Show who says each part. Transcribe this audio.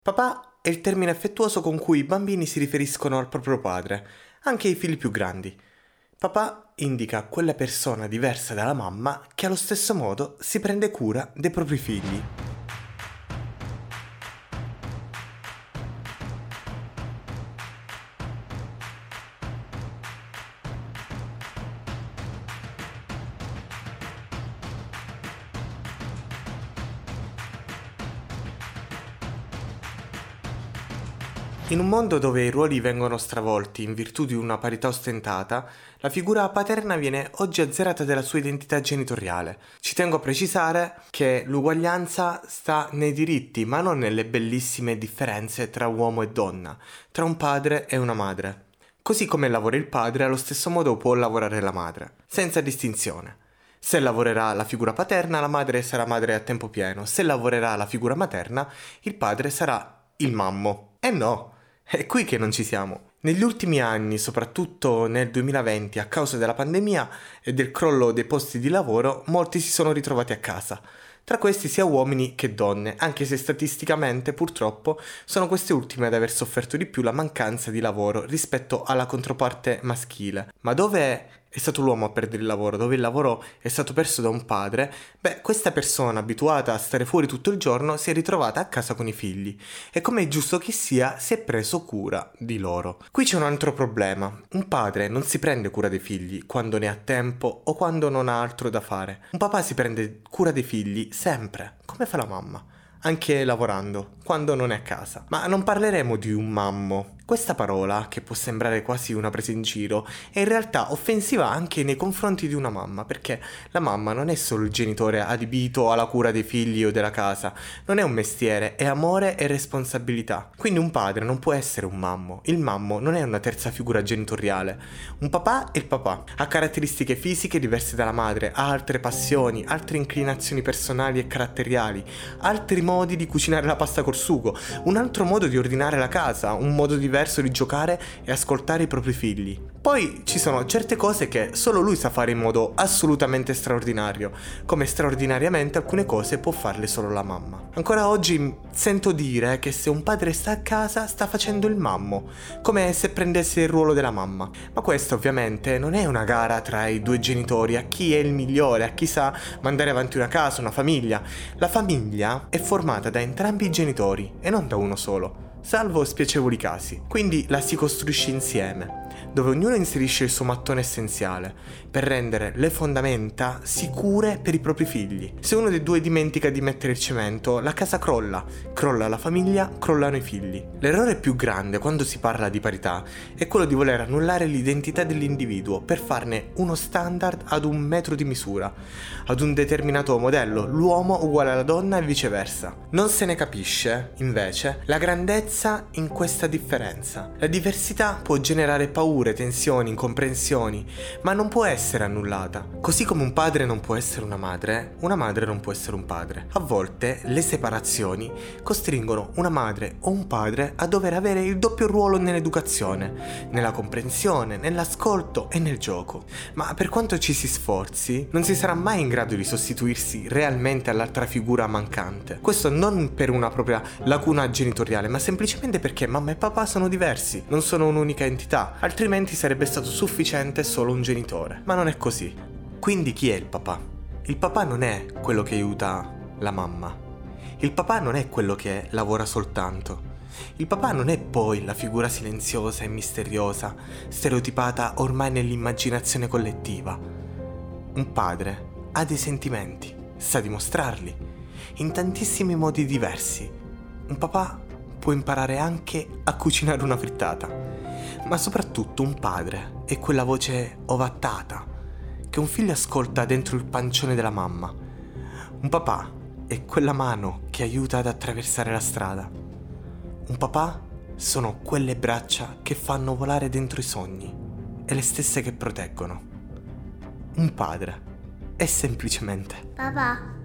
Speaker 1: Papà è il termine affettuoso con cui i bambini si riferiscono al proprio padre, anche i figli più grandi. Papà indica quella persona diversa dalla mamma che allo stesso modo si prende cura dei propri figli. In un mondo dove i ruoli vengono stravolti in virtù di una parità ostentata, la figura paterna viene oggi azzerata della sua identità genitoriale. Ci tengo a precisare che l'uguaglianza sta nei diritti, ma non nelle bellissime differenze tra uomo e donna, tra un padre e una madre. Così come lavora il padre, allo stesso modo può lavorare la madre, senza distinzione. Se lavorerà la figura paterna, la madre sarà madre a tempo pieno. Se lavorerà la figura materna, il padre sarà il mammo. E no! È qui che non ci siamo. Negli ultimi anni, soprattutto nel 2020, a causa della pandemia e del crollo dei posti di lavoro, molti si sono ritrovati a casa. Tra questi sia uomini che donne, anche se statisticamente, purtroppo, sono queste ultime ad aver sofferto di più la mancanza di lavoro rispetto alla controparte maschile. Ma dove è stato l'uomo a perdere il lavoro, dove il lavoro è stato perso da un padre, questa persona abituata a stare fuori tutto il giorno si è ritrovata a casa con i figli e, come è giusto che sia, si è preso cura di loro. Qui c'è un altro problema: un padre non si prende cura dei figli quando ne ha tempo o quando non ha altro da fare. Un papà si prende cura dei figli sempre, come fa la mamma, anche lavorando, quando non è a casa. Ma non parleremo di un mammo. Questa parola, che può sembrare quasi una presa in giro, è in realtà offensiva anche nei confronti di una mamma, perché la mamma non è solo il genitore adibito alla cura dei figli o della casa, non è un mestiere, è amore e responsabilità. Quindi un padre non può essere un mammo. Il mammo non è una terza figura genitoriale. Un papà è il papà, ha caratteristiche fisiche diverse dalla madre, ha altre passioni, altre inclinazioni personali e caratteriali, altri modi di cucinare la pasta col sugo, un altro modo di ordinare la casa, un modo diverso di giocare e ascoltare i propri figli. Poi ci sono certe cose che solo lui sa fare in modo assolutamente straordinario, come straordinariamente alcune cose può farle solo la mamma. Ancora oggi sento dire che se un padre sta a casa sta facendo il mammo, come se prendesse il ruolo della mamma. Ma questa ovviamente non è una gara tra i due genitori a chi è il migliore, a chi sa mandare avanti una casa, una famiglia. La famiglia è formata da entrambi i genitori e non da uno solo, salvo spiacevoli casi. Quindi la si costruisce insieme, dove ognuno inserisce il suo mattone essenziale per rendere le fondamenta sicure per i propri figli. Se uno dei due dimentica di mettere il cemento, la casa crolla la famiglia, crollano i figli. L'errore più grande quando si parla di parità è quello di voler annullare l'identità dell'individuo per farne uno standard ad un metro di misura, ad un determinato modello, l'uomo uguale alla donna e viceversa. Non se ne capisce, invece, la grandezza in questa differenza. La diversità può generare paure, tensioni, incomprensioni, ma non può essere annullata. Così come un padre non può essere una madre non può essere un padre. A volte le separazioni costringono una madre o un padre a dover avere il doppio ruolo nell'educazione, nella comprensione, nell'ascolto e nel gioco. Ma per quanto ci si sforzi, non si sarà mai in grado di sostituirsi realmente all'altra figura mancante. Questo non per una propria lacuna genitoriale, ma semplicemente perché mamma e papà sono diversi, non sono un'unica entità, altrimenti sarebbe stato sufficiente solo un genitore. Ma non è così. Quindi chi è il papà? Il papà non è quello che aiuta la mamma. Il papà non è quello che lavora soltanto. Il papà non è poi la figura silenziosa e misteriosa, stereotipata ormai nell'immaginazione collettiva. Un padre ha dei sentimenti, sa dimostrarli, in tantissimi modi diversi. Un papà può imparare anche a cucinare una frittata, ma soprattutto un padre è quella voce ovattata che un figlio ascolta dentro il pancione della mamma. Un papà è quella mano che aiuta ad attraversare la strada. Un papà sono quelle braccia che fanno volare dentro i sogni e le stesse che proteggono. Un padre è semplicemente
Speaker 2: papà.